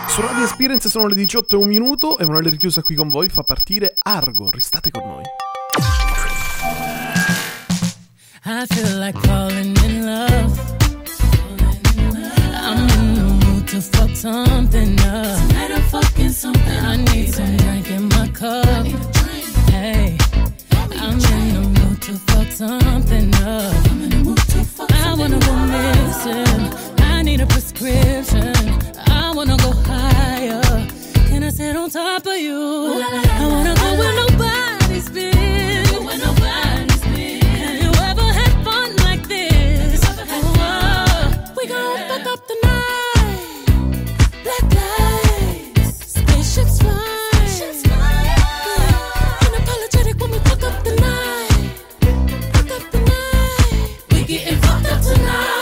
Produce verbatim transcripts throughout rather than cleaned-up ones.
Su Radio Experience sono le diciotto e un minuto e Emanuele Richiusa qui con voi fa partire Argo, restate con noi. I feel like falling in love. I'm in the mood to fuck something up. Tonight I'm fucking something. I need some drink in my cup. Hey, I'm in the mood to fuck something up. I'm in the mood to fuck I wanna go missing. I need a prescription. I wanna go higher. Can I sit on top of you? I wanna go where nobody's been. Go where nobody's been. Have you ever had fun like this? Oh, we gon' fuck up the night. Black lights, spaceships fly. Spaceships fly. Yeah. Unapologetic when we fuck up the night. Fuck up the night. We getting fucked up tonight.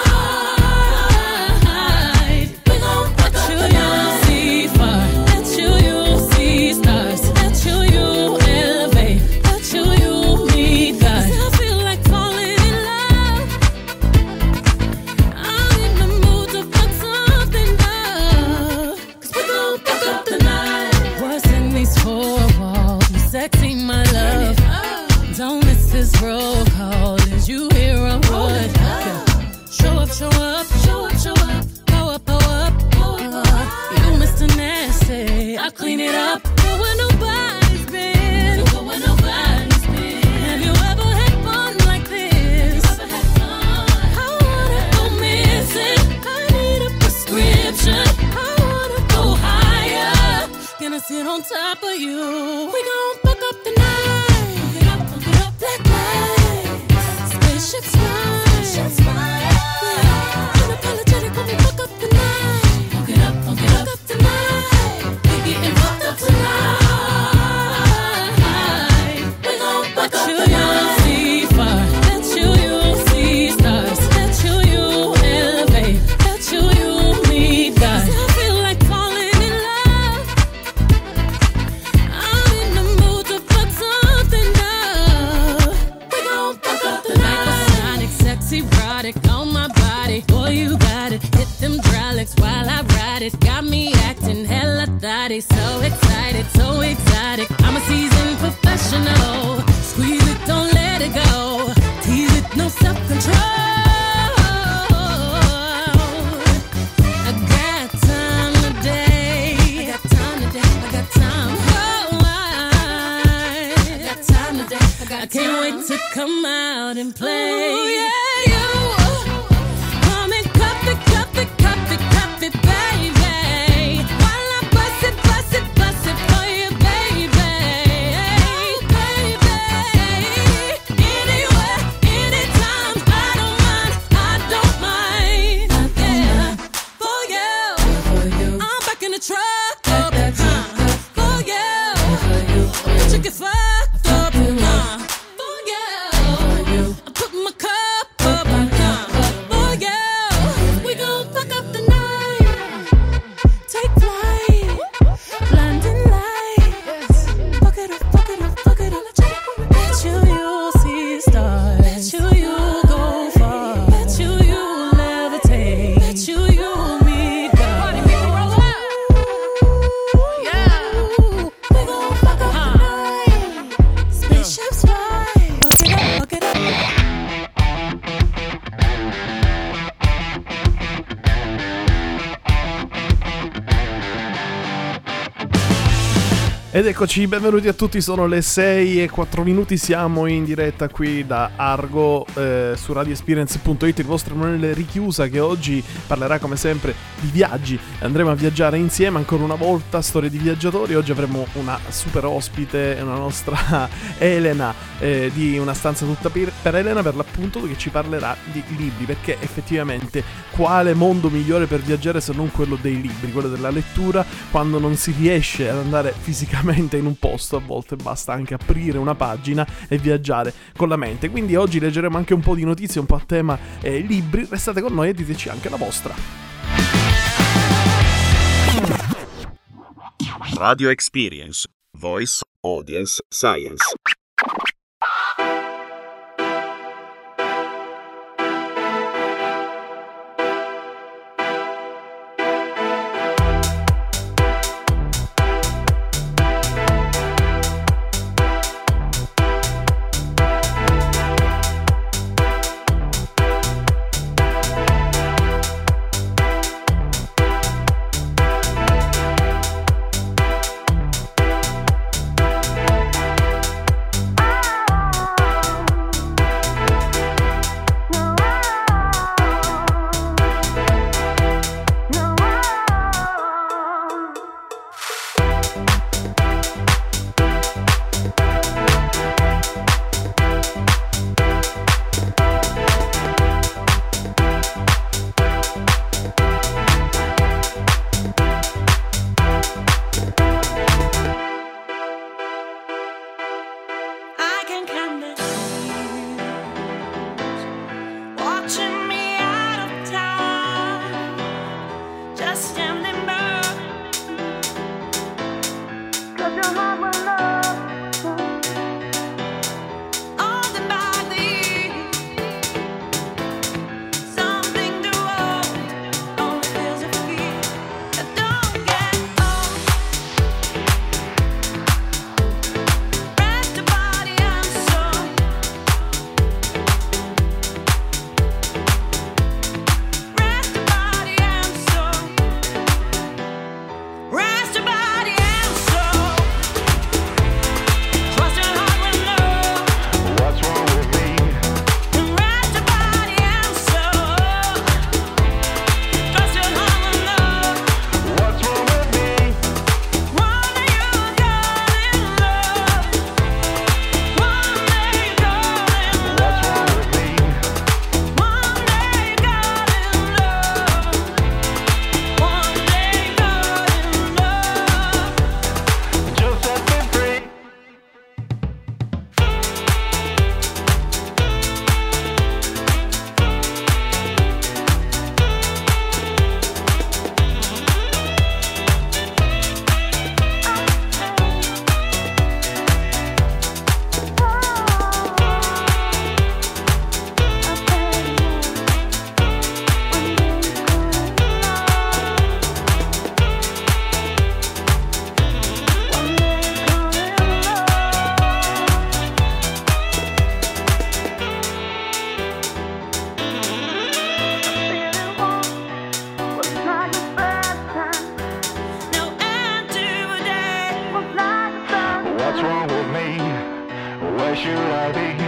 Roll call, is you hear a word? Show up, show up, show up, show up. Go up, go up, go up. You Mister Nasty, I clean it up. Go where nobody's been. Go where nobody's been. Have you ever had fun like this? Ever had fun? I wanna go missing. I need a prescription. I wanna go higher. Gonna sit on top of you. We gon' fuck up the night. Black lights, spaceships fly. Spaceships fly. Yeah. Unapologetic when we fuck up the night. Funk it up, funk it up, fuck up the night. We getting fucked up tonight. We gon' fuck up the night. See fire, let you, you see stars. Let you, you elevate. Let you, you meet God. I feel like falling in love. I'm in the mood to fuck something up. Sexy, erotic on my body. Boy, you got it. Hit them dry licks while I ride it. Got me acting hella thotty. So excited, so exotic. I'm a seasoned professional. Squeeze it, don't let it go. Tease it, no self-control. I got time today. I got time today. I got time. Oh, I, I got time today. I, got I can't time. Wait to come out and play. Ooh, yeah. Ed eccoci, benvenuti a tutti, sono le sei e quattro minuti, siamo in diretta qui da Argo eh, su radio experience punto it, il vostro Emanuele Richiusa che oggi parlerà come sempre di viaggi. Andremo a viaggiare insieme ancora una volta, storie di viaggiatori. Oggi avremo una super ospite, una nostra Elena eh, di Una stanza tutta per, per Elena per l'appunto, che ci parlerà di libri, perché effettivamente quale mondo migliore per viaggiare se non quello dei libri, quello della lettura, quando non si riesce ad andare fisicamente in un posto. A volte basta anche aprire una pagina e viaggiare con la mente. Quindi oggi leggeremo anche un po' di notizie un po' a tema eh, libri. Restate con noi e diteci anche la vostra. Radio Experience, Voice, Audience, Science. should I be?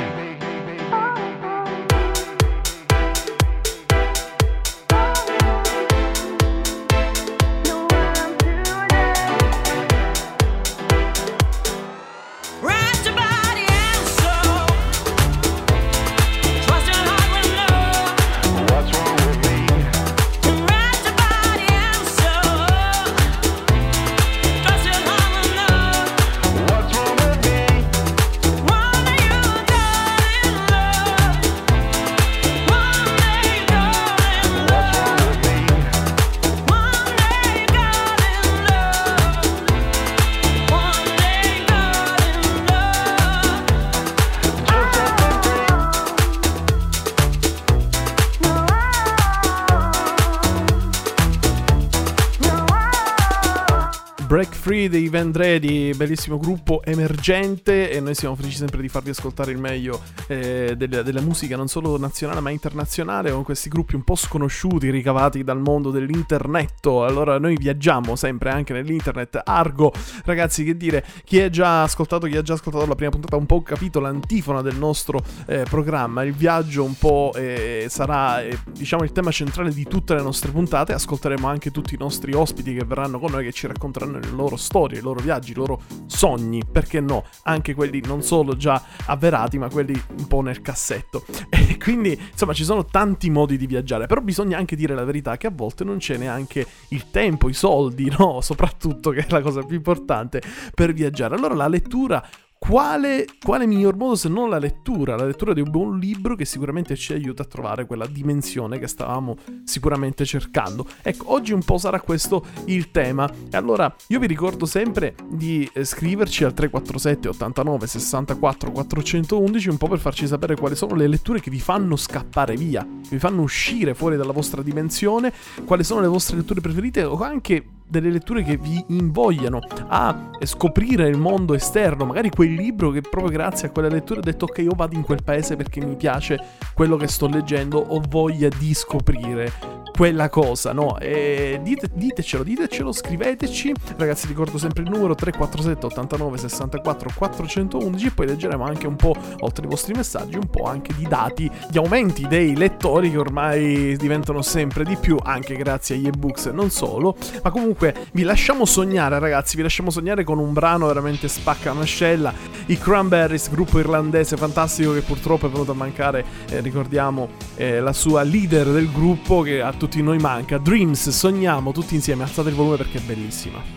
Break Free dei Vendredi, bellissimo gruppo emergente, e noi siamo felici sempre di farvi ascoltare il meglio eh, della, della musica non solo nazionale ma internazionale, con questi gruppi un po' sconosciuti ricavati dal mondo dell'internetto. Allora noi viaggiamo sempre anche nell'internet. Argo, ragazzi, che dire, chi è già ascoltato, chi ha già ascoltato la prima puntata ha un po' capito l'antifona del nostro eh, programma. Il viaggio un po' eh, sarà eh, diciamo il tema centrale di tutte le nostre puntate. Ascolteremo anche tutti i nostri ospiti che verranno con noi, che ci racconteranno le loro storie, i loro viaggi, i loro sogni, perché no, anche quelli non solo già avverati ma quelli un po' nel cassetto. E quindi insomma ci sono tanti modi di viaggiare, però bisogna anche dire la verità che a volte non c'è neanche il tempo, i soldi, no, soprattutto, che è la cosa più importante per viaggiare. Allora la lettura, Quale, quale miglior modo se non la lettura? La lettura di un buon libro che sicuramente ci aiuta a trovare quella dimensione che stavamo sicuramente cercando. Ecco, oggi un po' sarà questo il tema. E allora io vi ricordo sempre di scriverci al tre quattro sette ottantanove sessantaquattro quattrocentoundici un po' per farci sapere quali sono le letture che vi fanno scappare via, che vi fanno uscire fuori dalla vostra dimensione, quali sono le vostre letture preferite, o anche delle letture che vi invogliano a scoprire il mondo esterno, magari quel libro che proprio grazie a quella lettura ho detto ok, io vado in quel paese perché mi piace quello che sto leggendo, ho voglia di scoprire quella cosa, no? E dite, ditecelo, ditecelo, scriveteci. Ragazzi, ricordo sempre il numero tre quattro sette ottantanove sessantaquattro quattrocentoundici, e poi leggeremo anche un po', oltre ai vostri messaggi, un po' anche di dati, di aumenti dei lettori che ormai diventano sempre di più, anche grazie agli ebooks e non solo. Ma comunque vi lasciamo sognare, ragazzi, vi lasciamo sognare con un brano veramente spacca mascella, i Cranberries, gruppo irlandese fantastico che purtroppo è venuto a mancare, eh, ricordiamo eh, la sua leader del gruppo che a tutti noi manca. Dreams, sogniamo tutti insieme, alzate il volume perché è bellissima.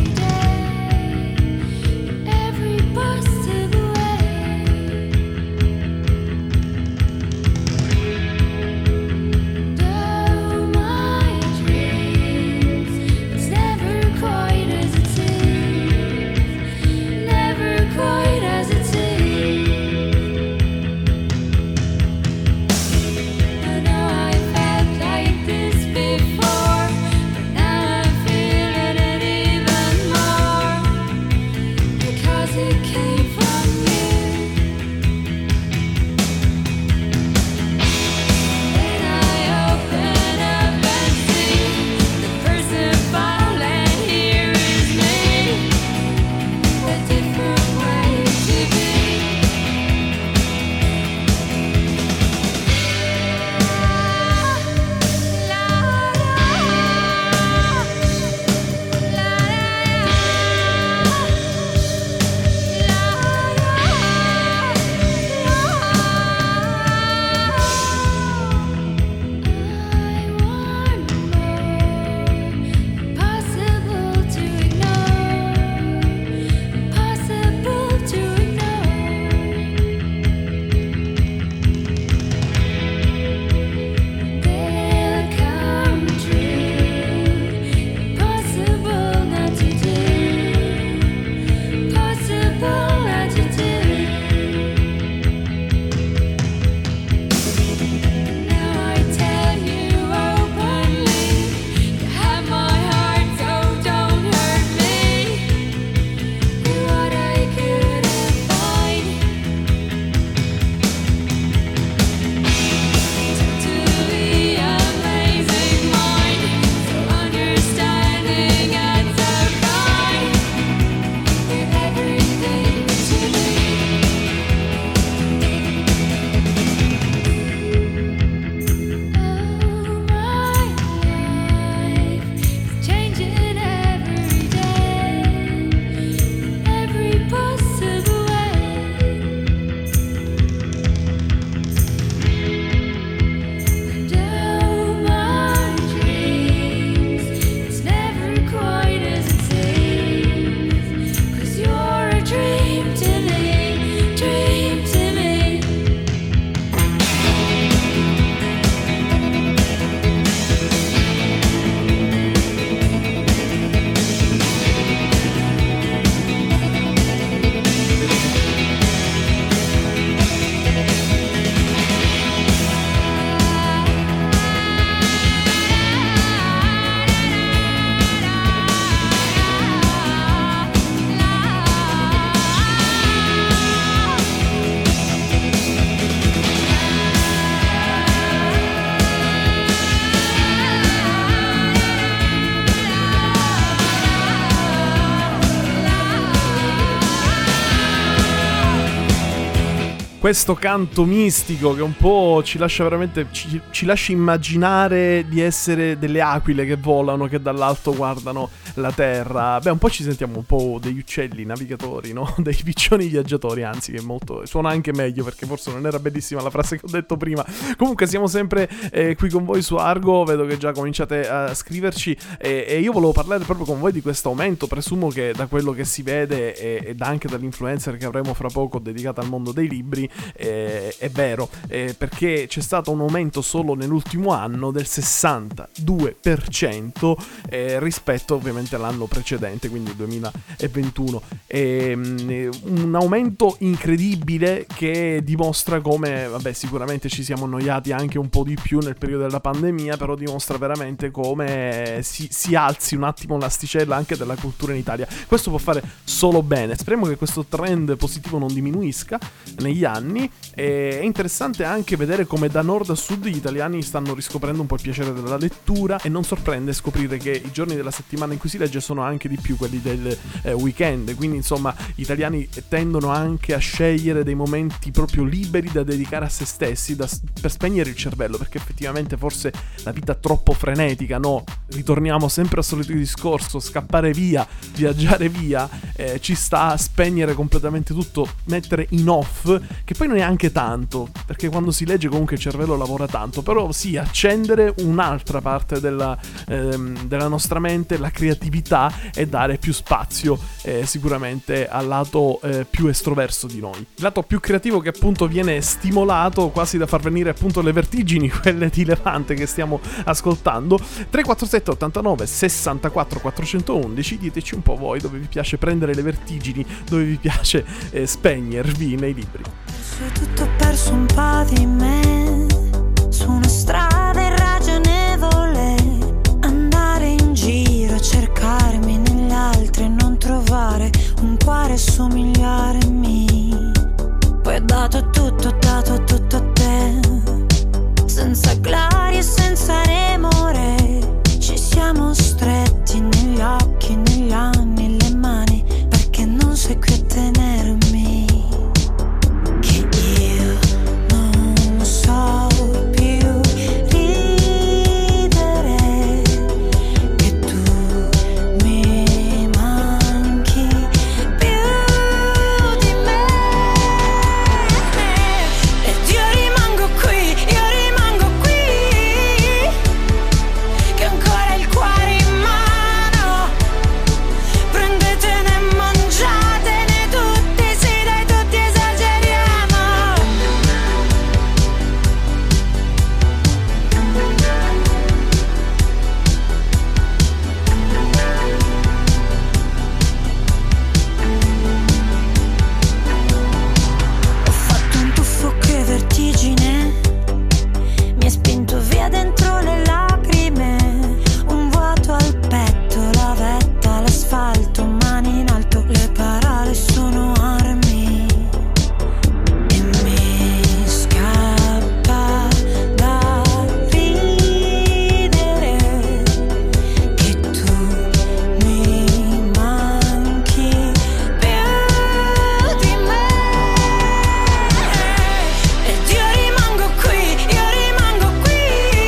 Every possible way. questo canto mistico che un po' ci lascia veramente ci, ci lascia immaginare di essere delle aquile che volano, che dall'alto guardano la terra. Beh, un po' ci sentiamo un po' degli uccelli navigatori, no? Dei piccioni viaggiatori, anzi, che è molto suona anche meglio, perché forse non era bellissima la frase che ho detto prima. Comunque siamo sempre eh, qui con voi su Argo, vedo che già cominciate a scriverci e, e io volevo parlare proprio con voi di questo aumento. Presumo che da quello che si vede e, ed anche dall'influencer che avremo fra poco dedicata al mondo dei libri, Eh, è vero, eh, perché c'è stato un aumento solo nell'ultimo anno del sessantadue per cento eh, rispetto ovviamente all'anno precedente, quindi il duemilaventuno. E, um, un aumento incredibile che dimostra come, vabbè, sicuramente ci siamo annoiati anche un po' di più nel periodo della pandemia, però dimostra veramente come si, si alzi un attimo l'asticella anche della cultura in Italia. Questo può fare solo bene, speriamo che questo trend positivo non diminuisca negli anni. È interessante anche vedere come da nord a sud gli italiani stanno riscoprendo un po' il piacere della lettura, e non sorprende scoprire che i giorni della settimana in cui si legge sono anche di più quelli del eh, weekend. Quindi insomma gli italiani tendono anche a scegliere dei momenti proprio liberi da dedicare a se stessi, da, per spegnere il cervello, perché effettivamente forse la vita è troppo frenetica, no? Ritorniamo sempre al solito discorso, scappare via, viaggiare via, eh, ci sta a spegnere completamente tutto, mettere in off, che poi non è anche tanto, perché quando si legge comunque il cervello lavora tanto, però sì, accendere un'altra parte della, ehm, della nostra mente, la creatività, e dare più spazio eh, sicuramente al lato eh, più estroverso di noi, il lato più creativo, che appunto viene stimolato quasi da far venire appunto le vertigini, quelle di Levante che stiamo ascoltando. Tre quattro sette ottantanove sessantaquattro quattrocentoundici, diteci un po' voi dove vi piace prendere le vertigini, dove vi piace eh, spegnervi nei libri. Tutto perso un po' di me su una strada irragionevole, andare in giro a cercarmi negli altri e non trovare un cuore somigliarmi. Poi ho dato tutto, ho dato tutto a te, senza gloria e senza remore. Ci siamo stretti negli occhi, negli anni, le mani, perché non sei qui a tenermi. So più ridere che tu mi manchi più di me. Ed io rimango qui, io rimango qui, che ancora il cuore in mano. Prendetene e mangiatene tutti, sì dai, tutti esageriamo. Ho fatto un tuffo che vertigine mi ha spinto via dentro le lacrime, un vuoto al petto, la vetta, l'asfalto, mani in alto, le parole sono armi e mi scappa da ridere che tu mi manchi più di me. Ed io rimango qui, io rimango qui,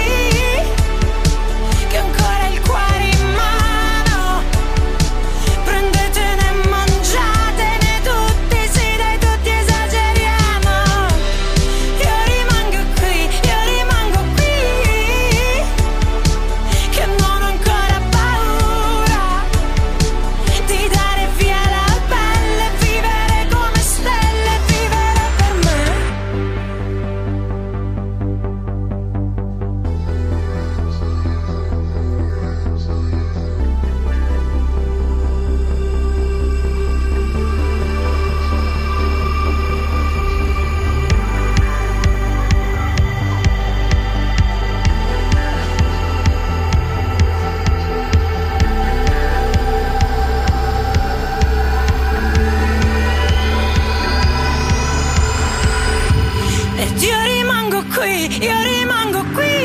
che ancora il cuore in mano. Prendetene e mangiatene tutti, sì dai, tutti esageriamo. Io rimango qui, io rimango qui, che non ho ancora paura di dare via la pelle, vivere come stelle, vivere per me. Ed io rimango qui, io rimango qui,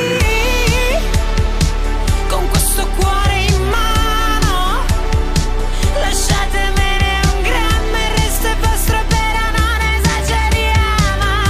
con questo cuore in mano. Lasciatemene un grammo, il resto è vostro, però non esageriamo.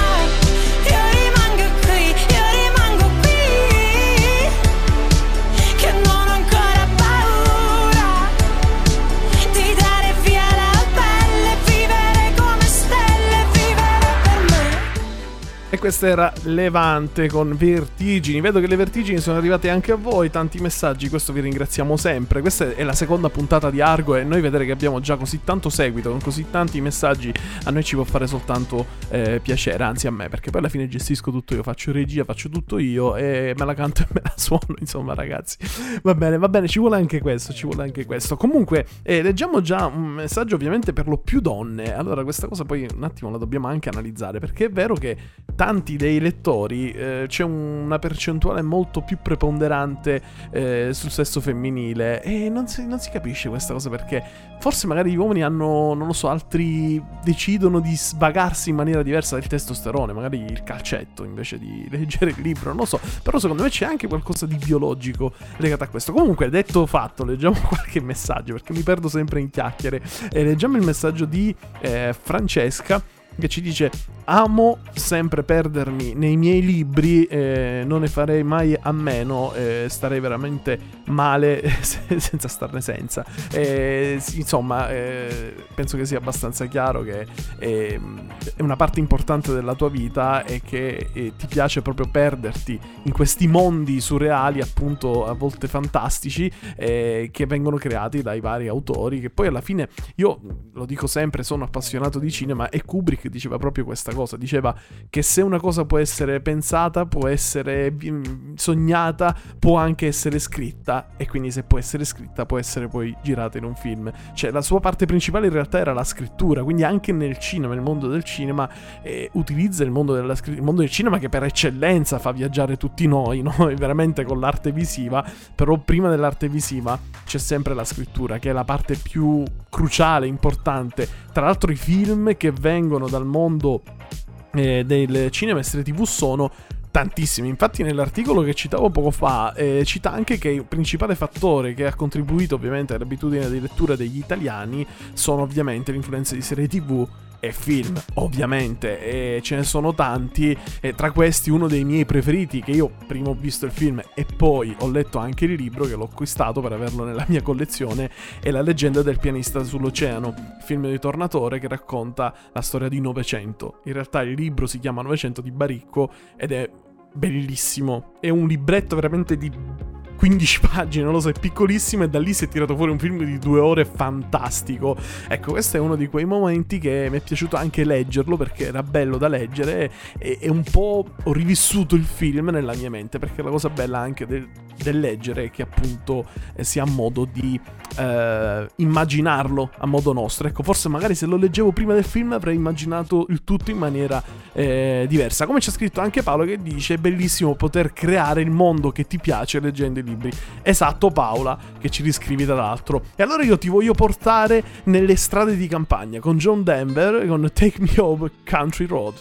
E questa era Levante con Vertigini. Vedo che le vertigini sono arrivate anche a voi, tanti messaggi, questo vi ringraziamo sempre. Questa è la seconda puntata di Argo e noi vedere che abbiamo già così tanto seguito, con così tanti messaggi, a noi ci può fare soltanto eh, piacere, anzi a me, perché poi alla fine gestisco tutto io, faccio regia, faccio tutto io e me la canto e me la suono, insomma ragazzi. Va bene, va bene, ci vuole anche questo, ci vuole anche questo. Comunque, eh, leggiamo già un messaggio ovviamente per lo più donne. Allora questa cosa poi un attimo la dobbiamo anche analizzare, perché è vero che tanti dei lettori eh, c'è una percentuale molto più preponderante eh, sul sesso femminile e non si, non si capisce questa cosa, perché forse magari gli uomini hanno, non lo so, altri decidono di svagarsi in maniera diversa del testosterone, magari il calcetto invece di leggere il libro, non lo so, però secondo me c'è anche qualcosa di biologico legato a questo. Comunque, detto fatto, leggiamo qualche messaggio perché mi perdo sempre in chiacchiere e leggiamo il messaggio di eh, Francesca, che ci dice: amo sempre perdermi nei miei libri, eh, non ne farei mai a meno, eh, starei veramente male senza starne senza. Eh, insomma, eh, penso che sia abbastanza chiaro che eh, è una parte importante della tua vita e che eh, ti piace proprio perderti in questi mondi surreali, appunto a volte fantastici, eh, che vengono creati dai vari autori, che poi alla fine, io lo dico sempre, sono appassionato di cinema e Kubrick diceva proprio questa cosa, diceva che se una cosa può essere pensata, può essere sognata, può anche essere scritta, e quindi se può essere scritta può essere poi girata in un film. Cioè la sua parte principale in realtà era la scrittura, quindi anche nel cinema, nel mondo del cinema, eh, utilizza il mondo, della, il mondo del cinema, che per eccellenza fa viaggiare tutti noi, no? Veramente con l'arte visiva, però prima dell'arte visiva c'è sempre la scrittura, che è la parte più cruciale, importante. Tra l'altro i film che vengono dal mondo eh, del cinema e serie tv sono tantissimi. Infatti nell'articolo che citavo poco fa eh, cita anche che il principale fattore che ha contribuito ovviamente all'abitudine di lettura degli italiani sono ovviamente l'influenza di serie tv e film, ovviamente, e ce ne sono tanti, e tra questi uno dei miei preferiti, che io prima ho visto il film e poi ho letto anche il libro, che l'ho acquistato per averlo nella mia collezione, è La leggenda del pianista sull'oceano, film di Tornatore che racconta la storia di Novecento. In realtà il libro si chiama Novecento di Baricco ed è bellissimo, è un libretto veramente di quindici pagine, non lo so, è piccolissimo, e da lì si è tirato fuori un film di due ore fantastico. Ecco, questo è uno di quei momenti che mi è piaciuto anche leggerlo, perché era bello da leggere e, e un po' ho rivissuto il film nella mia mente, perché la cosa bella anche del, del leggere è che appunto eh, si ha modo di eh, immaginarlo a modo nostro. Ecco, forse magari se lo leggevo prima del film avrei immaginato il tutto in maniera eh, diversa. Come c'è scritto anche Paolo, che dice: è bellissimo poter creare il mondo che ti piace leggendo i libri. Esatto, Paola, che ci riscrivi tra l'altro. E allora io ti voglio portare nelle strade di campagna con John Denver, con Take Me Home Country Road.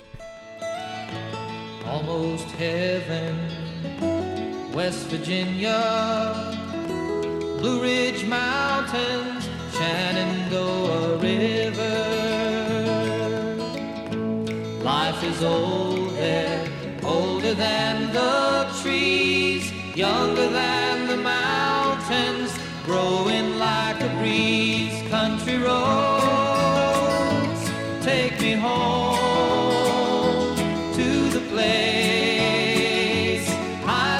Almost heaven, West Virginia, Blue Ridge Mountains, Shenandoah River. Life is old there, older than the trees, younger than the mountains, growing like a breeze. Country roads, take me home to the place I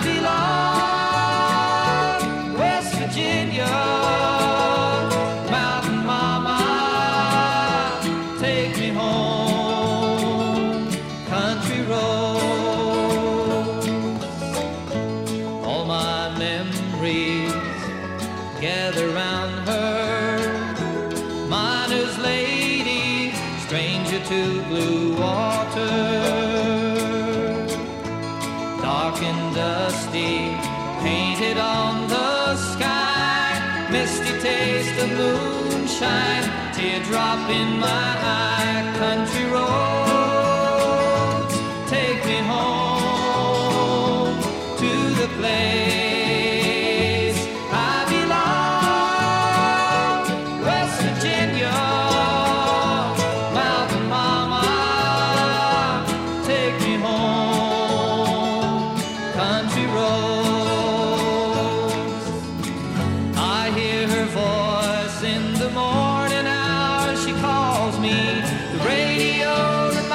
belong. West Virginia, Mountain Mama, take me home. Country roads, all my memories gather round her. Miner's lady, stranger to blue water, dark and dusty, painted on the sky, misty taste of moonshine, teardrop in my eye. Country roads, take me home to the place I belong. West Virginia, Mountain Mama, take me home. Country roads, I hear her voice in the morning hour. She calls me, the radio, the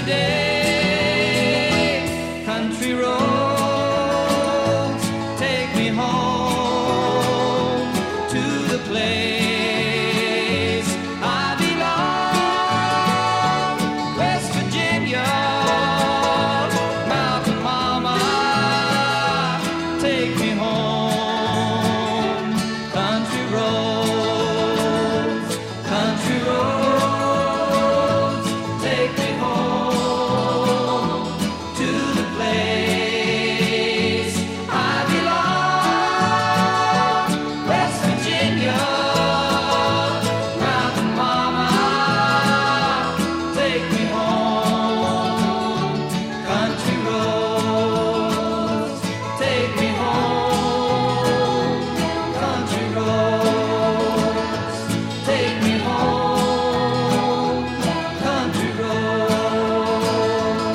day. Country roads, take me home to the place I belong. West Virginia, Mountain Mama, take me home. Country roads, country roads, take me home to the place I belong. West Virginia, Mountain Mama, take me home. Country roads, take me home. Country roads, take me home. Country roads.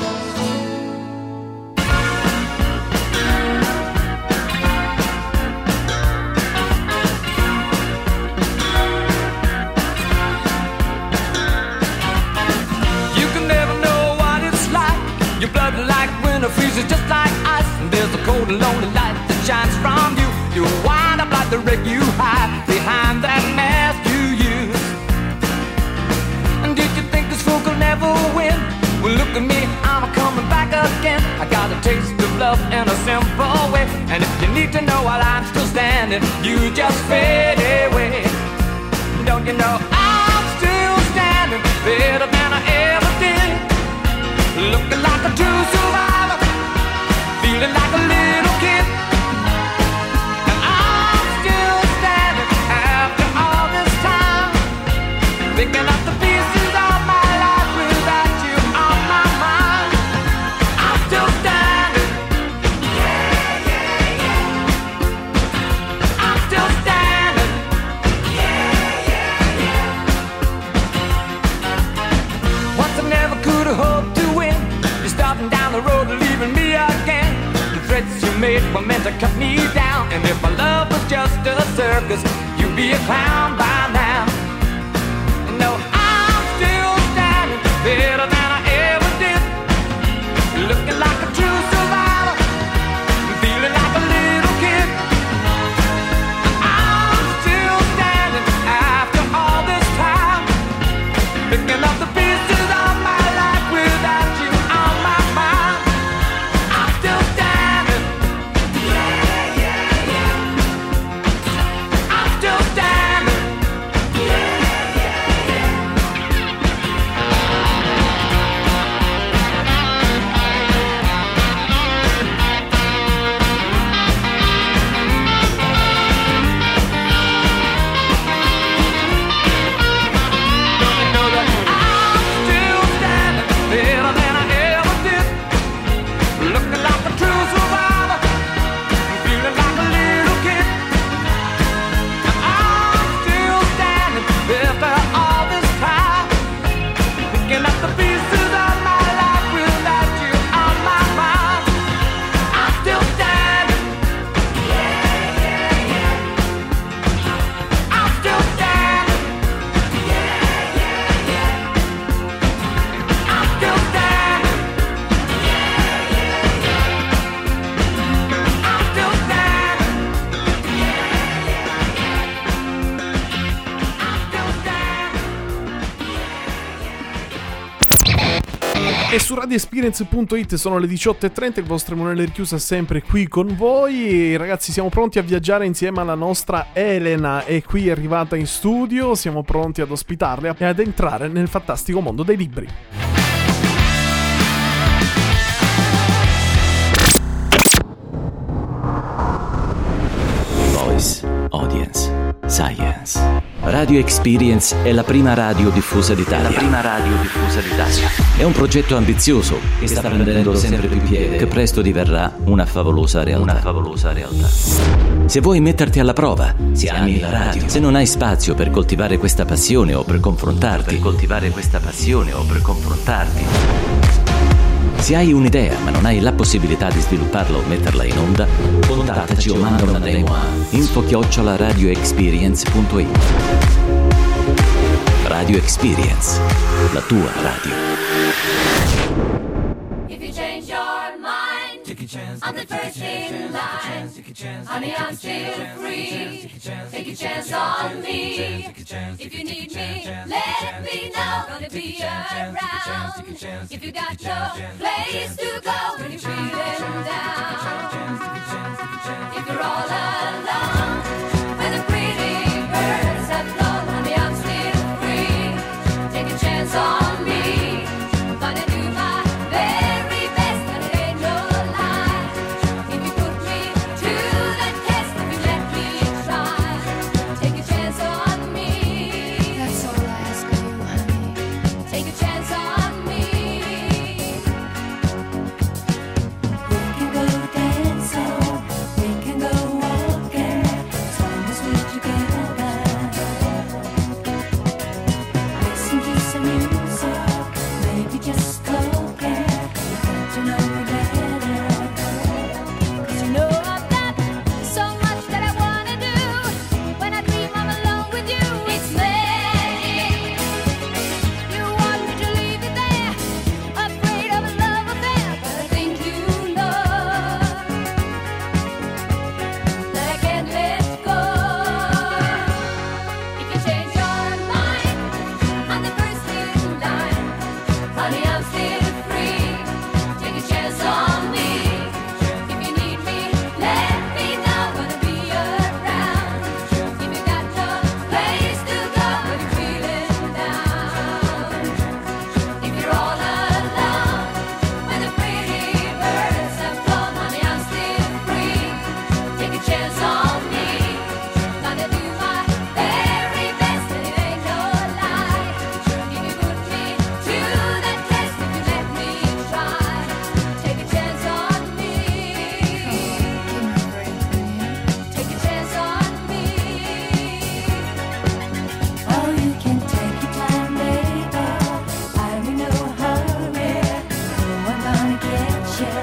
You can never know what it's like. Your blood like winter freezes just like ice. And there's a cold and lonely light that shines from you. You wind up like the wreck you hide behind that mask you use. And did you think this fool could never win? Well, look at me, I'm coming back again. I got a taste of love in a simple way. And if you need to know while I'm still standing, you just fade away. Don't you know I'm still standing better than I ever did? Looking like a true survivor, feeling like a little kid. And I'm still standing after all this time, picking up the pieces of my life without you on my mind. I'm still standing. Yeah, yeah, yeah. I'm still standing. Yeah, yeah, yeah. Once I never could have hoped to win. You're starting down the road and leaving me again. The threats you made were meant to cut me down. And if my love was just a circus, you'd be a clown by now. No, I'm still standing better than I ever did. Looking like a true survivor, feeling like a little kid. I'm still standing after all this time, picking up the pieces of my life without you on my mind. I'm still standing. Yeah, yeah, yeah. I'm still standing. Yeah, yeah, yeah. Don't you know that I'm still standing better than I ever did? Looking like a true survivor, feeling like a little kid. I'm still standing after all this time, picking up the pieces of my life without you on my mind. I'm still standing. Yeah, yeah, yeah. I'm still standing. Yeah, yeah, yeah. I'm still standing. Yeah, yeah, yeah. I'm still standing. E su radio experience punto it sono le diciotto e trenta, il vostro Emanuele Richiusa sempre qui con voi. Ragazzi, siamo pronti a viaggiare insieme alla nostra Elena, è qui arrivata in studio, siamo pronti ad ospitarla e ad entrare nel fantastico mondo dei libri. Voice, Audience, Science. Radio Experience è la prima radio diffusa d'Italia. La prima radio diffusa d'Italia. È un progetto ambizioso che sta prendendo sempre più piede, che presto diverrà una favolosa realtà. Una favolosa realtà. Se vuoi metterti alla prova, se ami la radio, se non hai spazio per coltivare questa passione o per confrontarti, per coltivare questa passione o per confrontarti. Se hai un'idea ma non hai la possibilità di svilupparla o metterla in onda, contattaci o manda una demo a info chiocciola radio experience punto it. Radio Experience, la tua radio. I'm the first in line. Honey, I'm still free. Take a chance on me. If you need me, let me know. Gonna be around. If you got no place to go when you're feeling down. If you're all alone, when the pretty birds have flown, honey, I'm still free. Take a chance on me. Gonna do my very best, and it ain't no lie. If you put me to the test, if you let me try, take a chance on me. That's all I ask of you, honey. Take a chance on me. We can go dancing, we can go walking, as long as we're together. Listen to some music, maybe just talking, get to know me better. 'Cause you know I've got so much that I wanna do. When I dream I'm alone with you, it's magic. You want me to leave you there, afraid of a love affair, but I think you know that I can't let go. If you change your mind, I'm the first in line. Honey, I'm still free. Take a chance on me. If you need me, let me know. Gonna be around. If you got no place to go when you're feeling down. If you're all alone, when the pretty birds have flown, honey, I'm still free. Take a chance on me. Gonna do my very best, and it ain't no lie. If you put me to the test, if you let me try, take a chance on me. Take a chance on me. Oh, you can take your time, baby. I'm in no hurry. No, I'm gonna get you.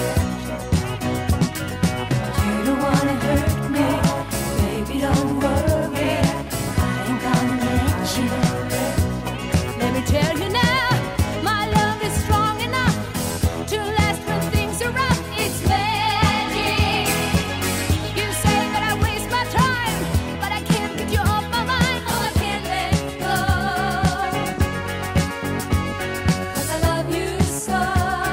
You don't wanna hurt me, baby, don't worry. I ain't gonna let you. Let me tell you now, my love is strong enough to last when things are rough. It's magic. You say that I waste my time, but I can't get you off my mind. Oh, I can't let go, 'cause I love you so.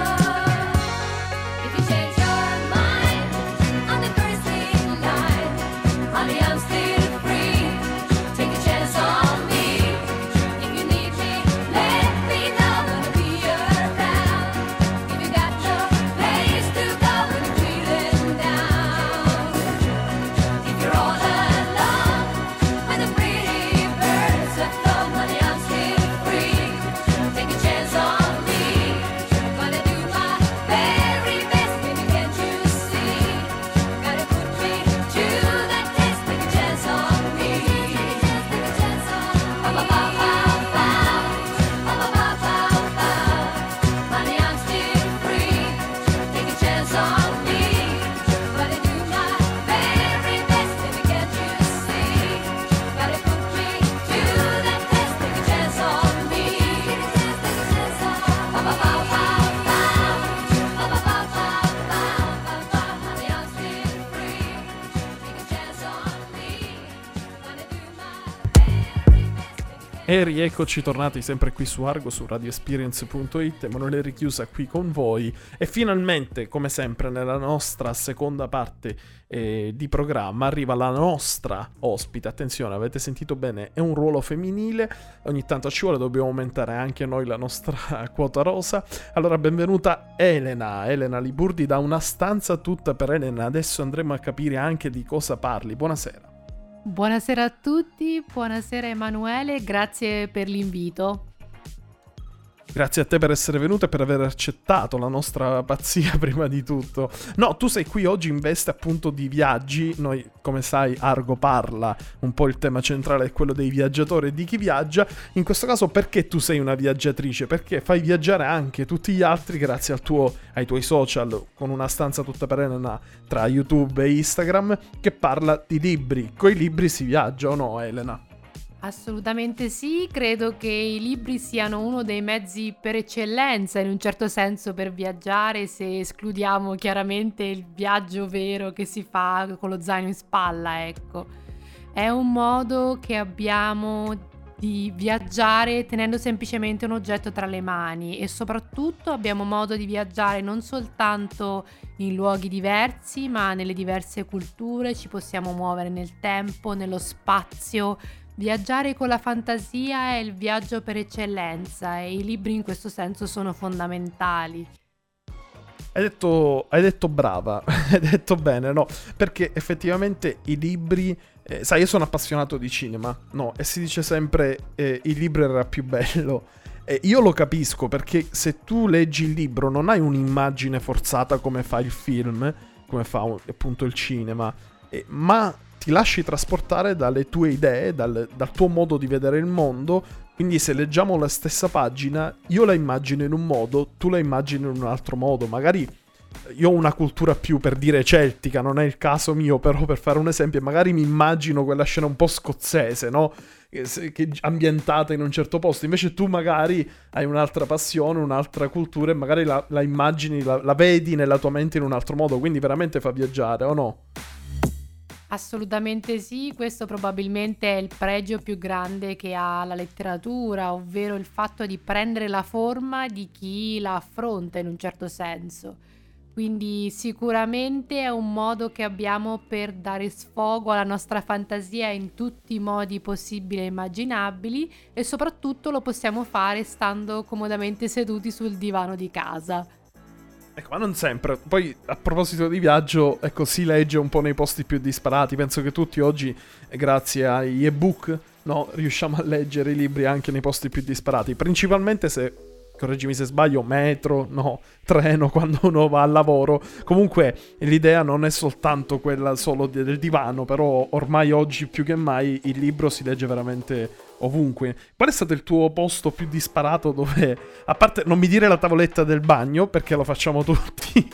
If you change your mind, I'm the first in line. Honey, I'm still free. Take a chance on me. If you need me, let me know. Gonna be around. If you got no place to go when you're feeling down. If you're all alone, when the pretty birds have flown, honey, I'm still free. Take a chance on me. Gonna do my very best, baby, can't you see? Gotta put me to the test. Take a chance on me. Take a chance on me. Honey, I'm still free. Take a chance on me. Gonna do my very best, baby, can't you see? Gotta put me to the test. Take a chance on me. Honey, I'm still free. Take a chance on me. Gonna do my very best, baby. E rieccoci tornati sempre qui su Argo, su radio experience punto it. Emanuele Richiusa qui con voi. E finalmente, come sempre, nella nostra seconda parte eh, di programma arriva la nostra ospite. Attenzione, avete sentito bene, è un ruolo femminile. Ogni tanto ci vuole, dobbiamo aumentare anche noi la nostra quota rosa. Allora, benvenuta Elena, Elena Liburdi da Una stanza tutta per Elena. Adesso andremo a capire anche di cosa parli. Buonasera. Buonasera a tutti, buonasera Emanuele, grazie per l'invito. Grazie a te per essere venuto e per aver accettato la nostra pazzia prima di tutto. No, tu sei qui oggi in veste appunto di viaggi. Noi, come sai, Argo parla, un po' il tema centrale è quello dei viaggiatori e di chi viaggia. In questo caso perché tu sei una viaggiatrice? Perché fai viaggiare anche tutti gli altri grazie al tuo, ai tuoi social, con Una stanza tutta per Elena tra YouTube e Instagram, che parla di libri. Coi libri si viaggia o no, Elena? Assolutamente sì, credo che i libri siano uno dei mezzi per eccellenza in un certo senso per viaggiare, se escludiamo chiaramente il viaggio vero che si fa con lo zaino in spalla, ecco. È un modo che abbiamo di viaggiare tenendo semplicemente un oggetto tra le mani e soprattutto abbiamo modo di viaggiare non soltanto in luoghi diversi, ma nelle diverse culture, ci possiamo muovere nel tempo, nello spazio. Viaggiare con la fantasia è il viaggio per eccellenza e i libri in questo senso sono fondamentali. Hai detto, hai detto brava, hai detto bene, no? Perché effettivamente i libri, eh, sai, io sono appassionato di cinema, no? E si dice sempre eh, il libro era più bello. E io lo capisco, perché se tu leggi il libro non hai un'immagine forzata come fa il film, come fa appunto il cinema, eh, ma ti lasci trasportare dalle tue idee, dal, dal tuo modo di vedere il mondo. Quindi se leggiamo la stessa pagina, io la immagino in un modo, tu la immagini in un altro modo. Magari io ho una cultura più, per dire, celtica, non è il caso mio, però per fare un esempio, magari mi immagino quella scena un po' scozzese, no? Che, che ambientata in un certo posto. Invece tu magari hai un'altra passione, un'altra cultura e magari la, la immagini, la, la vedi nella tua mente in un altro modo. Quindi veramente fa viaggiare, o no? Assolutamente sì, questo probabilmente è il pregio più grande che ha la letteratura, ovvero il fatto di prendere la forma di chi la affronta in un certo senso. Quindi sicuramente è un modo che abbiamo per dare sfogo alla nostra fantasia in tutti i modi possibili e immaginabili e soprattutto lo possiamo fare stando comodamente seduti sul divano di casa. Ecco, ma non sempre. Poi, a proposito di viaggio, ecco, si legge un po' nei posti più disparati. Penso che tutti oggi, grazie agli ebook, no, riusciamo a leggere i libri anche nei posti più disparati. Principalmente se, correggimi se sbaglio, metro, no, treno, quando uno va al lavoro. Comunque, l'idea non è soltanto quella solo del divano, però ormai oggi più che mai il libro si legge veramente ovunque. Qual è stato il tuo posto più disparato dove, a parte non mi dire la tavoletta del bagno perché lo facciamo tutti,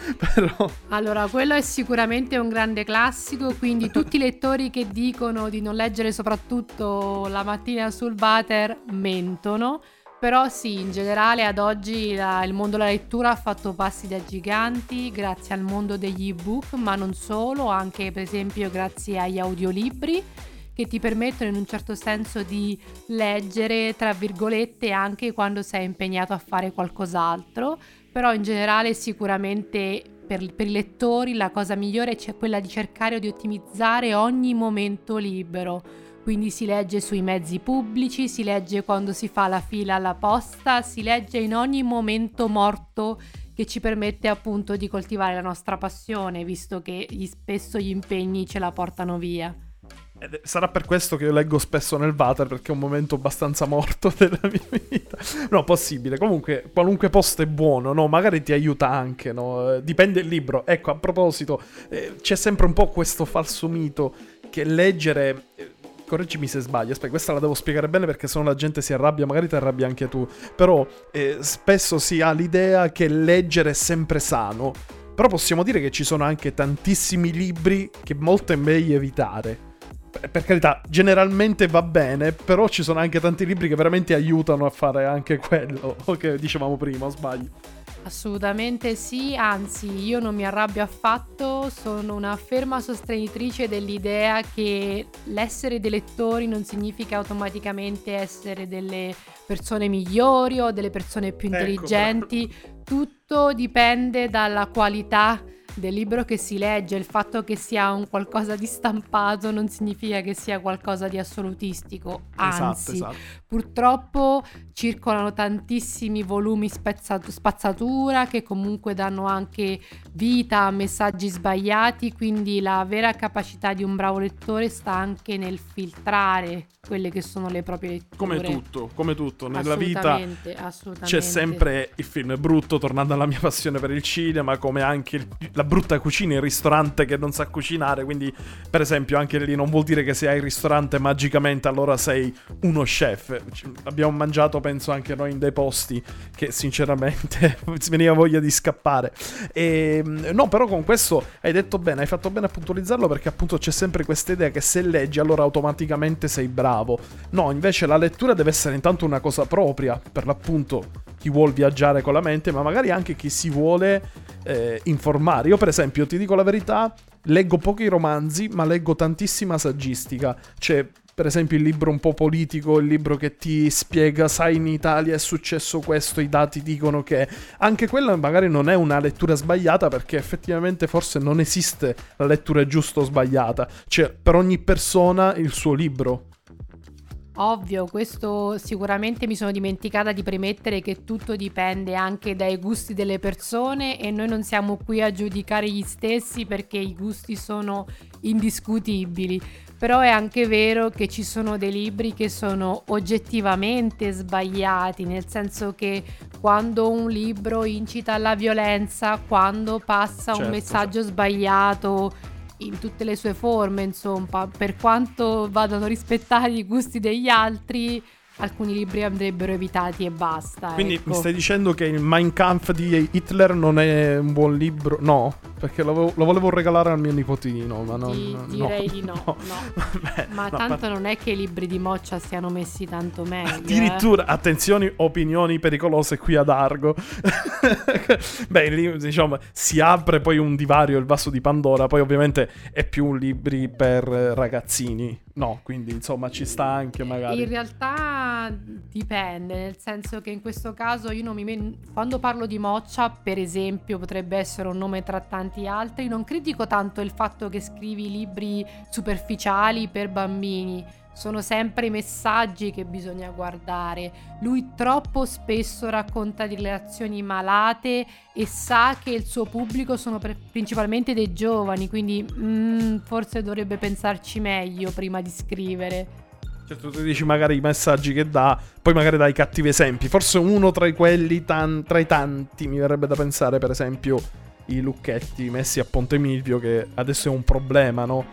però allora quello è sicuramente un grande classico, quindi tutti i lettori che dicono di non leggere soprattutto la mattina sul water mentono. Però sì, in generale ad oggi la, il mondo della lettura ha fatto passi da giganti grazie al mondo degli ebook, ma non solo, anche per esempio grazie agli audiolibri che ti permettono in un certo senso di leggere, tra virgolette, anche quando sei impegnato a fare qualcos'altro. Però in generale sicuramente per, per i lettori la cosa migliore è quella di cercare di ottimizzare ogni momento libero. Quindi si legge sui mezzi pubblici, si legge quando si fa la fila alla posta, si legge in ogni momento morto che ci permette appunto di coltivare la nostra passione, visto che gli, spesso gli impegni ce la portano via. Ed sarà per questo che io leggo spesso nel water, perché è un momento abbastanza morto della mia vita. No, possibile. Comunque, qualunque posto è buono, no? Magari ti aiuta anche, no? Dipende il libro. Ecco, a proposito, eh, c'è sempre un po' questo falso mito che leggere... Eh, correggimi se sbaglio, aspetta, questa la devo spiegare bene perché sennò la gente si arrabbia, magari ti arrabbi anche tu. Però eh, spesso si ha l'idea che leggere è sempre sano. Però possiamo dire che ci sono anche tantissimi libri che molto è meglio evitare. Per carità, generalmente va bene, però ci sono anche tanti libri che veramente aiutano a fare anche quello che dicevamo prima, o sbaglio? Assolutamente sì, anzi io non mi arrabbio affatto, sono una ferma sostenitrice dell'idea che l'essere dei lettori non significa automaticamente essere delle persone migliori o delle persone più intelligenti, ecco, tutto dipende dalla qualità del libro che si legge. Il fatto che sia un qualcosa di stampato non significa che sia qualcosa di assolutistico, anzi, esatto, esatto. Purtroppo circolano tantissimi volumi spezzato, spazzatura che comunque danno anche vita a messaggi sbagliati, quindi la vera capacità di un bravo lettore sta anche nel filtrare quelle che sono le proprie letture. Come tutto, come tutto nella vita assolutamente. C'è sempre il film brutto, tornando alla mia passione per il cinema, come anche il, la brutta cucina, il ristorante che non sa cucinare. Quindi per esempio anche lì non vuol dire che se hai il ristorante magicamente allora sei uno chef. comunque abbiamo mangiato, penso anche noi, in dei posti che sinceramente si veniva voglia di scappare. E, no, però con questo hai detto bene, hai fatto bene a puntualizzarlo, perché appunto c'è sempre questa idea che se leggi allora automaticamente sei bravo. No, invece la lettura deve essere intanto una cosa propria, per l'appunto chi vuol viaggiare con la mente, ma magari anche chi si vuole eh, informare. Io per esempio, ti dico la verità, leggo pochi romanzi, ma leggo tantissima saggistica. C'è per esempio il libro un po' politico, il libro che ti spiega, sai, in Italia è successo questo, i dati dicono che... Anche quella magari non è una lettura sbagliata, perché effettivamente forse non esiste la lettura giusta o sbagliata. Cioè, per ogni persona il suo libro. Ovvio, questo sicuramente mi sono dimenticata di premettere che tutto dipende anche dai gusti delle persone, e noi non siamo qui a giudicare gli stessi perché i gusti sono indiscutibili. Però è anche vero che ci sono dei libri che sono oggettivamente sbagliati, nel senso che quando un libro incita alla violenza, quando passa certo, un messaggio certo. sbagliato in tutte le sue forme, insomma, per quanto vadano rispettati i gusti degli altri, alcuni libri andrebbero evitati e basta. Quindi ecco. Mi stai dicendo che il Mein Kampf di Hitler non è un buon libro? No, perché lo, lo volevo regalare al mio nipotino, ma non... Ti, direi no, di no, no. no. Vabbè, ma no, tanto ma... non è che i libri di Moccia siano messi tanto meglio. Addirittura, eh. Attenzioni, opinioni pericolose qui ad Argo. Beh, lì, diciamo, si apre poi un divario, il vaso di Pandora, poi ovviamente è più libri per ragazzini. No, quindi insomma ci sta anche magari. In realtà dipende, nel senso che in questo caso io non mi men- quando parlo di Moccia, per esempio, potrebbe essere un nome tra tanti altri, non critico tanto il fatto che scrivi libri superficiali per bambini. Sono sempre i messaggi che bisogna guardare. Lui troppo spesso racconta di relazioni malate e sa che il suo pubblico sono pre- principalmente dei giovani, quindi mm, forse dovrebbe pensarci meglio prima di scrivere. Certo, tu dici magari i messaggi che dà, poi magari dai cattivi esempi. Forse uno tra i quelli tan- tra i tanti mi verrebbe da pensare, per esempio, i lucchetti messi a Ponte Milvio, che adesso è un problema, no?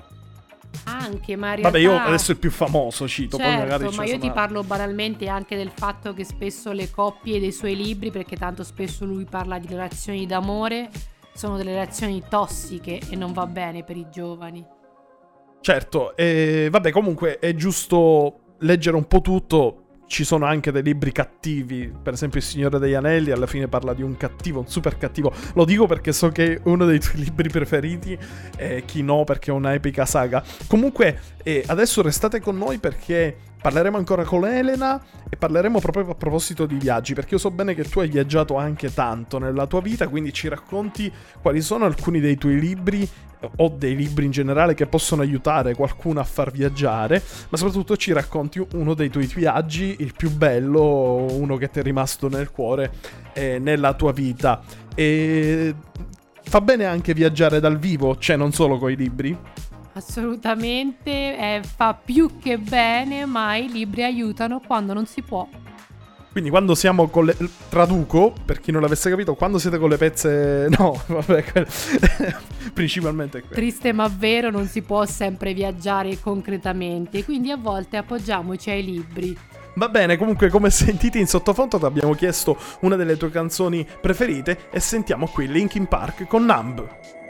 Anche, ma in realtà... Vabbè, io adesso il più famoso cito, certo, poi magari ma io ti una... parlo banalmente anche del fatto che spesso le coppie dei suoi libri, perché tanto spesso lui parla di relazioni d'amore, sono delle relazioni tossiche e non va bene per i giovani. Certo, e vabbè, comunque è giusto leggere un po' tutto. Ci sono anche dei libri cattivi, per esempio Il Signore degli Anelli alla fine parla di un cattivo, un super cattivo. Lo dico perché so che è uno dei tuoi libri preferiti, e chi no perché è una epica saga. Comunque eh, adesso restate con noi perché parleremo ancora con Elena e parleremo proprio a proposito di viaggi, perché io so bene che tu hai viaggiato anche tanto nella tua vita, quindi ci racconti quali sono alcuni dei tuoi libri o dei libri in generale che possono aiutare qualcuno a far viaggiare, ma soprattutto ci racconti uno dei tuoi viaggi, il più bello, uno che ti è rimasto nel cuore eh, nella tua vita. E fa bene anche viaggiare dal vivo, cioè non solo coi libri? Assolutamente, eh, fa più che bene, ma i libri aiutano quando non si può. Quindi quando siamo con le... Traduco, per chi non l'avesse capito, quando siete con le pezze... No, vabbè, que... principalmente è quello. Triste ma vero, non si può sempre viaggiare concretamente, quindi a volte appoggiamoci ai libri. Va bene, comunque come sentite in sottofondo ti abbiamo chiesto una delle tue canzoni preferite e sentiamo qui Linkin Park con Numb.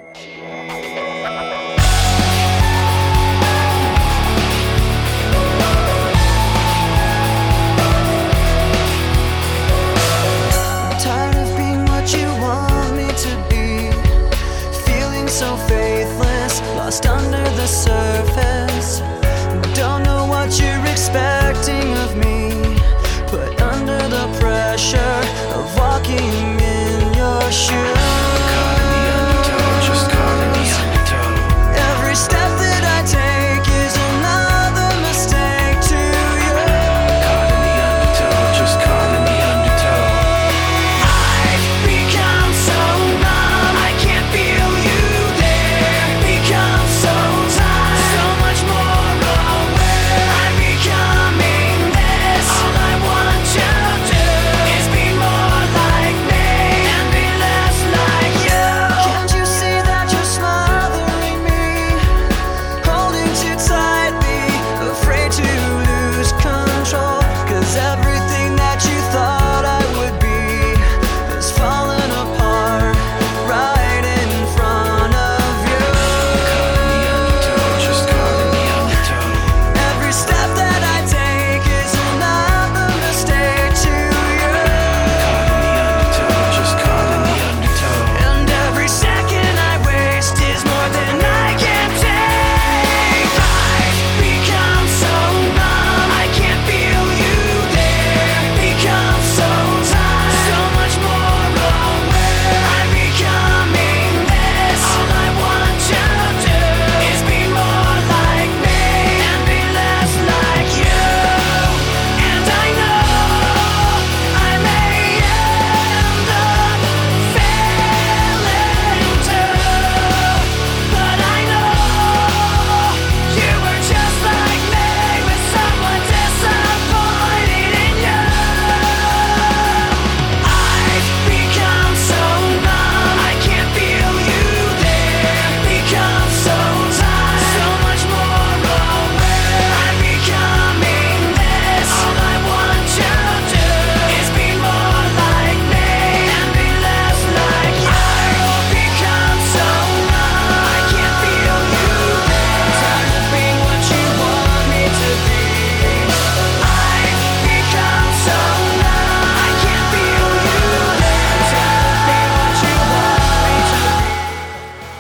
So faithless, lost under the surface. Don't know what you're expecting of me, put under the pressure of walking in your shoes. Caught in the undertow, just caught in the undertow. Every step that I take is another mistake to you. Caught in the undertow, just caught in the undertow. I've become so numb, I can't feel you. Become so tired, so much more aware. I'm becoming there.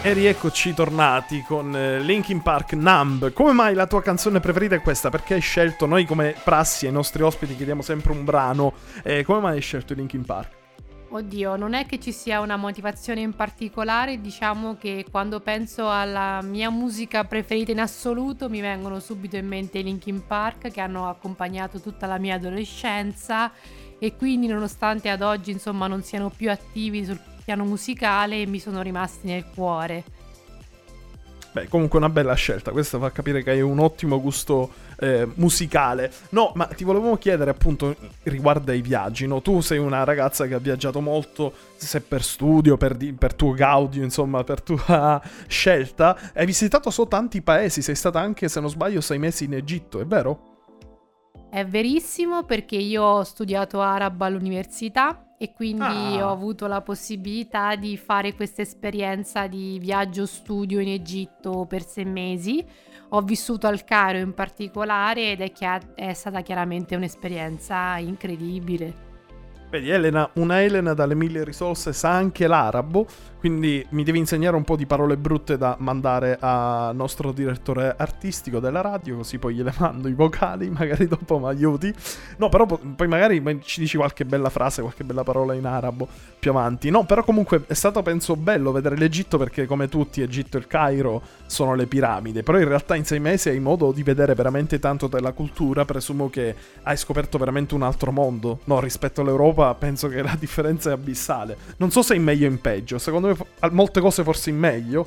E rieccoci tornati con eh, Linkin Park, Numb. Come mai la tua canzone preferita è questa? Perché hai scelto, noi come prassi ai nostri ospiti chiediamo sempre un brano, eh, come mai hai scelto Linkin Park? Oddio, non è che ci sia una motivazione in particolare, diciamo che quando penso alla mia musica preferita in assoluto mi vengono subito in mente i Linkin Park, che hanno accompagnato tutta la mia adolescenza, e quindi nonostante ad oggi insomma non siano più attivi sul piano musicale, mi sono rimasti nel cuore. Beh, comunque una bella scelta, questa fa capire che hai un ottimo gusto eh, musicale. No, ma ti volevo chiedere appunto riguardo ai viaggi, no? Tu sei una ragazza che ha viaggiato molto, se per studio, per, di, per tuo gaudio, insomma, per tua scelta. Hai visitato so tanti paesi, sei stata anche, se non sbaglio, sei mesi in Egitto, è vero? È verissimo, perché io ho studiato arabo all'università e quindi Ah. ho avuto la possibilità di fare questa esperienza di viaggio studio in Egitto per sei mesi. Ho vissuto al Cairo in particolare ed è, chia- è stata chiaramente un'esperienza incredibile. Vedi, Elena, una Elena dalle mille risorse sa anche l'arabo, quindi mi devi insegnare un po' di parole brutte da mandare al nostro direttore artistico della radio, così poi gliele mando i vocali, magari dopo mi aiuti. No, però po- poi magari ci dici qualche bella frase, qualche bella parola in arabo più avanti. No, però comunque è stato, penso, bello vedere l'Egitto, perché come tutti Egitto e il Cairo sono le piramidi, però in realtà in sei mesi hai modo di vedere veramente tanto della cultura. Presumo che hai scoperto veramente un altro mondo, no, rispetto all'Europa. Penso che la differenza è abissale. Non so se in meglio o in peggio. Secondo me fo- molte cose forse in meglio.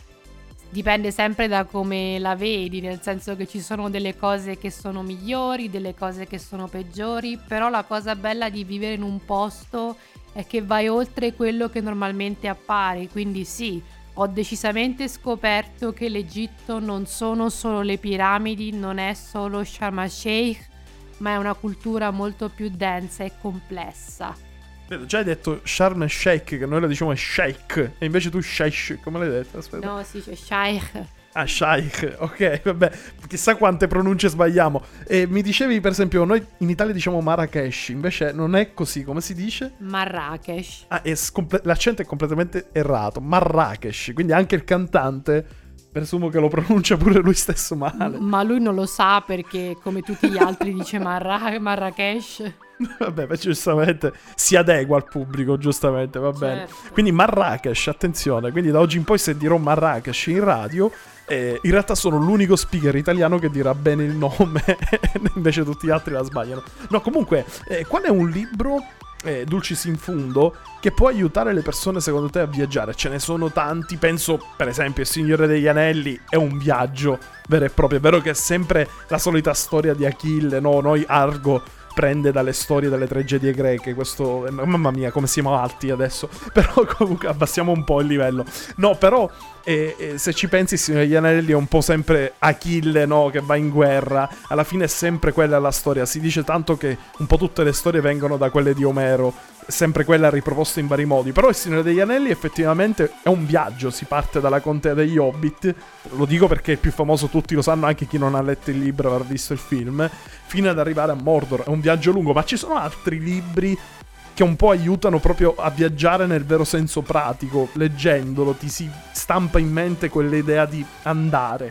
Dipende sempre da come la vedi, nel senso che ci sono delle cose che sono migliori, delle cose che sono peggiori, però la cosa bella di vivere in un posto è che vai oltre quello che normalmente appare, quindi sì, ho decisamente scoperto che l'Egitto non sono solo le piramidi, non è solo Sharm el-Sheikh, ma è una cultura molto più densa e complessa. Vedo, già hai detto Sharm el-Sheikh, che noi la diciamo Sheikh, e invece tu Sheikh, come l'hai detto? Aspetta. No, si dice Sheikh. Ah, Sheikh, ok, vabbè, chissà quante pronunce sbagliamo. E mi dicevi, per esempio, noi in Italia diciamo Marrakesh, invece non è così, come si dice? Marrakesh. Ah, è scomple- l'accento è completamente errato, Marrakesh, quindi anche il cantante presumo che lo pronuncia pure lui stesso male. Ma lui non lo sa, perché come tutti gli altri dice Marra- Marrakesh. Vabbè, ma giustamente si adegua al pubblico, giustamente, va bene. Certo. Quindi Marrakesh, attenzione, quindi da oggi in poi se dirò Marrakesh in radio, eh, in realtà sono l'unico speaker italiano che dirà bene il nome, invece tutti gli altri la sbagliano. No, comunque, eh, qual è un libro, eh, Dulcis in Fundo, che può aiutare le persone secondo te a viaggiare? Ce ne sono tanti, penso per esempio Il Signore degli Anelli è un viaggio vero e proprio. È vero che è sempre la solita storia di Achille, no? Noi Argo prende dalle storie delle tragedie greche, questo, mamma mia come siamo alti adesso, però comunque abbassiamo un po' il livello. No, però eh, eh, se ci pensi, Il Signore degli Anelli è un po' sempre Achille, no, che va in guerra, alla fine è sempre quella la storia. Si dice tanto che un po' tutte le storie vengono da quelle di Omero, sempre quella riproposta in vari modi. Però Il Signore degli Anelli effettivamente è un viaggio, si parte dalla contea degli Hobbit, lo dico perché è il più famoso, tutti lo sanno, anche chi non ha letto il libro avrà visto il film, fino ad arrivare a Mordor. È un viaggio lungo, ma ci sono altri libri che un po' aiutano proprio a viaggiare nel vero senso pratico. Leggendolo ti si stampa in mente quell'idea di andare.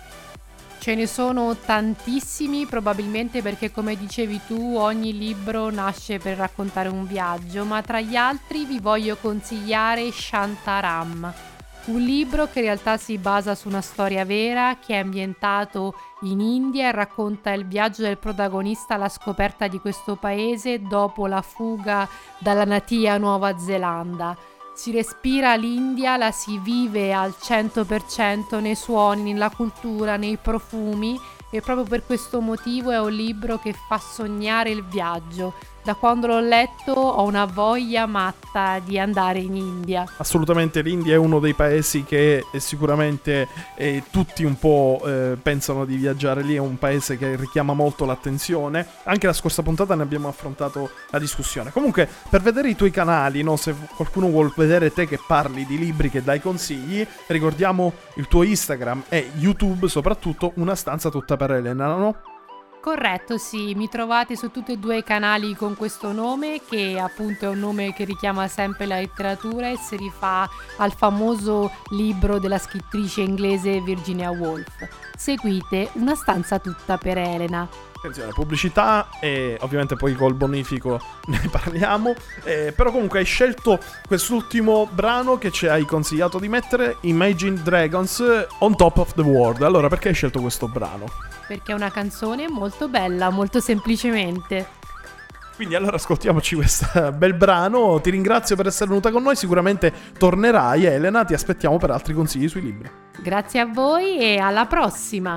Ce ne sono tantissimi, probabilmente perché, come dicevi tu, ogni libro nasce per raccontare un viaggio, ma tra gli altri vi voglio consigliare Shantaram, un libro che in realtà si basa su una storia vera, che è ambientato in India e racconta il viaggio del protagonista alla scoperta di questo paese dopo la fuga dalla natia Nuova Zelanda. Si respira l'India, la si vive al cento per cento nei suoni, nella cultura, nei profumi, e proprio per questo motivo è un libro che fa sognare il viaggio. Da quando l'ho letto ho una voglia matta di andare in India. Assolutamente, l'India è uno dei paesi che eh, sicuramente eh, tutti un po' eh, pensano di viaggiare lì, è un paese che richiama molto l'attenzione. Anche la scorsa puntata ne abbiamo affrontato la discussione. Comunque, per vedere i tuoi canali, no, se qualcuno vuol vedere te che parli di libri, che dai consigli, ricordiamo il tuo Instagram e YouTube, soprattutto Una stanza tutta per Elena, no? Corretto, sì, mi trovate su tutti e due i canali con questo nome, che appunto è un nome che richiama sempre la letteratura e si rifà al famoso libro della scrittrice inglese Virginia Woolf. Seguite Una stanza tutta per Elena. Attenzione, pubblicità e ovviamente poi col bonifico ne parliamo, eh, però comunque hai scelto quest'ultimo brano che ci hai consigliato di mettere, Imagine Dragons, On Top of the World. Allora, perché hai scelto questo brano? Perché è una canzone molto bella, molto semplicemente. Quindi allora ascoltiamoci questo bel brano, ti ringrazio per essere venuta con noi, sicuramente tornerai Elena, ti aspettiamo per altri consigli sui libri. Grazie a voi e alla prossima!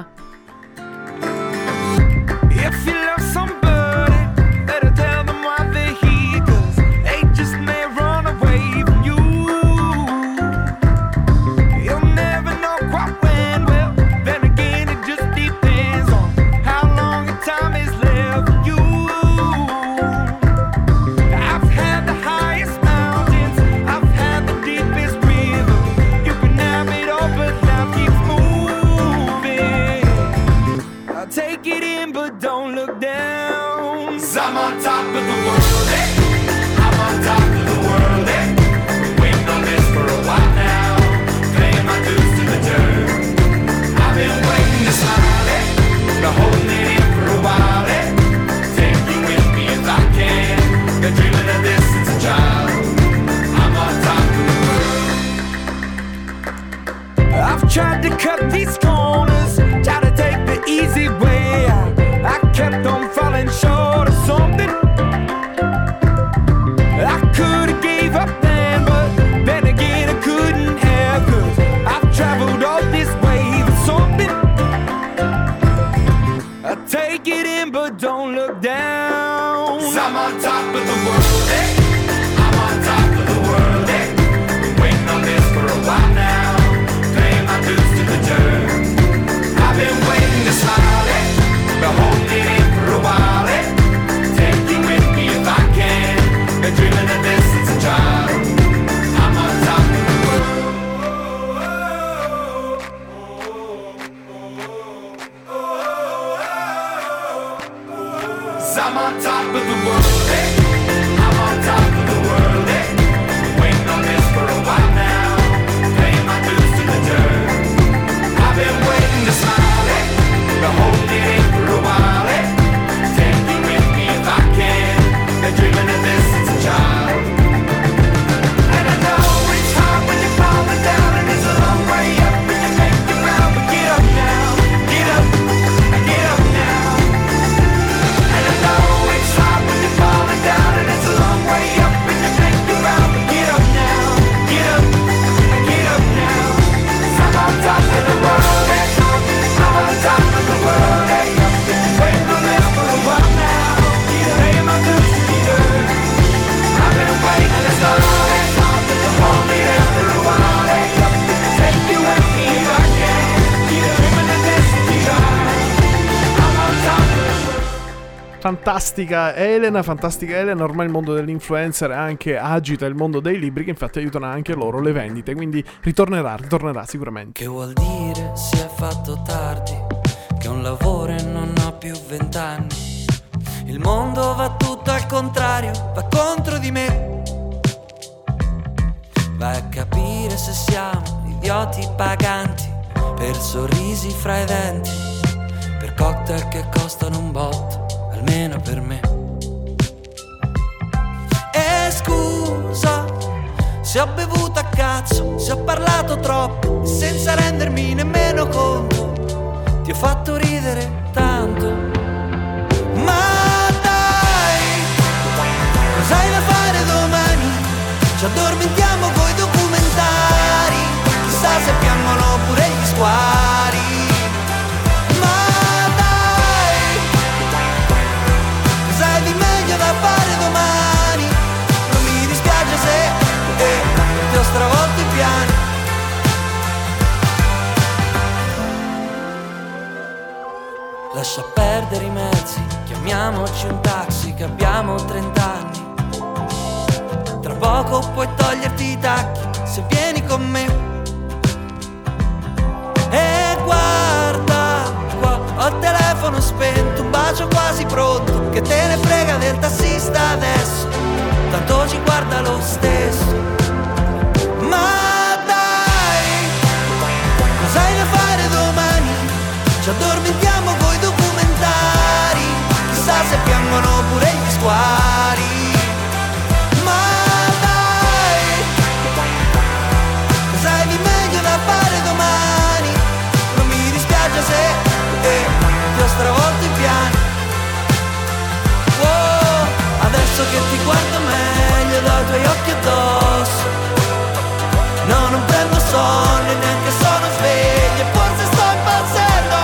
If you love somebody, better tell them why they're here, 'cause they just may run away from you. You'll never know quite when, well, then again it just depends on how long the time is left for you. I've had the highest mountains, I've had the deepest river. You can have it all, but life keeps moving. I'll take it in, but don't look down. 'Cause I'm on top of the world, eh? I'm on top of the world, eh? Been waiting on this for a while now, paying my dues to the dirt. I've been waiting to smile, eh? Been holding it in for a while, eh? Take you with me if I can. Been dreaming of this since a child. I'm on top of the world. I've tried to cut these corners, tried to take the easy way out. I kept on falling short of something. I could've gave up then, but then again I couldn't have, 'cause I've traveled all this way for something. I take it in, but don't look down. 'Cause I'm on top of the world, eh? I'm on top of the world, eh? Been waiting on this for a while now, paying my dues to the dirt. I've been waiting to smile, eh? Been holding it in for a while, eh? Take you with me if I can. Been dreaming of this since a child. I'm on top of the world. 'Cause I'm on top of the world, eh? I'm on top of the world, eh? Been waiting on this for a while now, paying my dues to the dirt. I've been waiting to smile, eh? Been holding it in for a while, eh? Take you with me if I can. Been dreaming of this since a child. And I know it's hard when you're falling down, and it's a long way up, and you make it round, but get up now, get up, get up now. And I know it's hard when you're falling down, and it's a long way up, and you make it round, but get up now, get up, get up now. 'Cause I'm on top of the world, eh? I'm on top of the world, eh? Waiting on this for a while now, paying my dues to the dirt. I've been waiting this long, eh? Hold me there for a while, eh? Take you with me if I can. Dreaming of this child. I'm on top of the world. Fantastica Elena, fantastica Elena, ormai il mondo dell'influencer anche agita il mondo dei libri, che infatti aiutano anche loro le vendite, quindi ritornerà, ritornerà sicuramente. Che vuol dire si è fatto tardi, che un lavoro e non ho più vent'anni. Il mondo va tutto al contrario, va contro di me. Vai a capire se siamo idioti paganti per sorrisi fra i denti, per cocktail che costano un botto, almeno per me. E scusa se ho bevuto a cazzo, se ho parlato troppo senza rendermi nemmeno conto. Ti ho fatto ridere tanto, ma dai, cos'hai da fare domani? Ci addormentiamo coi documentari, chissà se piangono pure gli squali. Ma dai, cos'hai di meglio da fare domani? Non mi dispiace se eh, ti ho stravolto i piani. Lascia perdere i mezzi, chiamiamoci un taxi che abbiamo trent'anni. Tra poco puoi toglierti i tacchi se vieni con me. E guarda qua, ho il telefono spento, un bacio del tassista adesso, tanto ci guarda lo stesso. Ma dai, cos'hai da fare domani? Ci addormentiamo coi documentari, chissà se piangono pure gli squali. Ma dai, cos'hai di meglio da fare domani? Non mi dispiace se eh, ti ho stravolto i piani. Oh, adesso che ti guardo meglio dai tuoi occhi addosso, no, non prendo sonno e neanche sono sveglio, e forse sto impazzendo.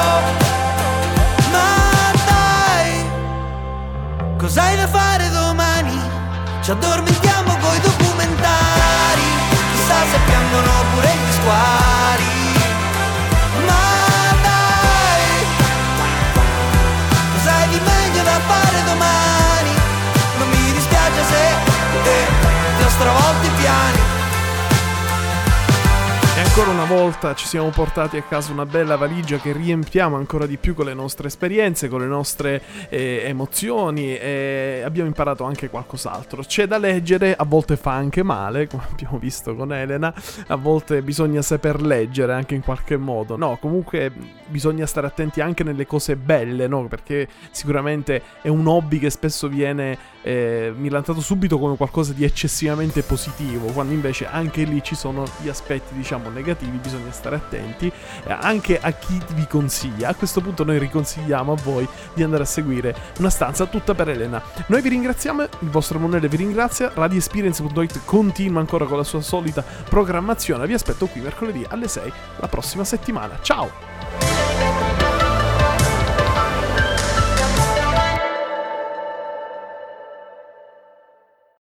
Ma dai, cos'hai da fare domani? Ci addormentiamo coi documentari, chissà se piangono pure gli squali. Ma dai, cos'hai di meglio da fare domani? Non mi dispiace se eh, ti ho stravolto i piani. E ancora una volta ci siamo portati a casa una bella valigia che riempiamo ancora di più con le nostre esperienze, con le nostre eh, emozioni, e abbiamo imparato anche qualcos'altro. C'è da leggere, a volte fa anche male, come abbiamo visto con Elena, a volte bisogna saper leggere anche in qualche modo. No, comunque bisogna stare attenti anche nelle cose belle, no? Perché sicuramente è un hobby che spesso viene eh, millantato subito come qualcosa di eccessivamente positivo, quando invece anche lì ci sono gli aspetti, diciamo, negativi. Bisogna stare attenti eh, anche a chi vi consiglia. A questo punto noi riconsigliamo a voi di andare a seguire Una stanza tutta per Elena. Noi vi ringraziamo, il vostro Emanuele vi ringrazia, Radio Experience punto it continua ancora con la sua solita programmazione. Vi aspetto qui mercoledì alle sei la prossima settimana. Ciao!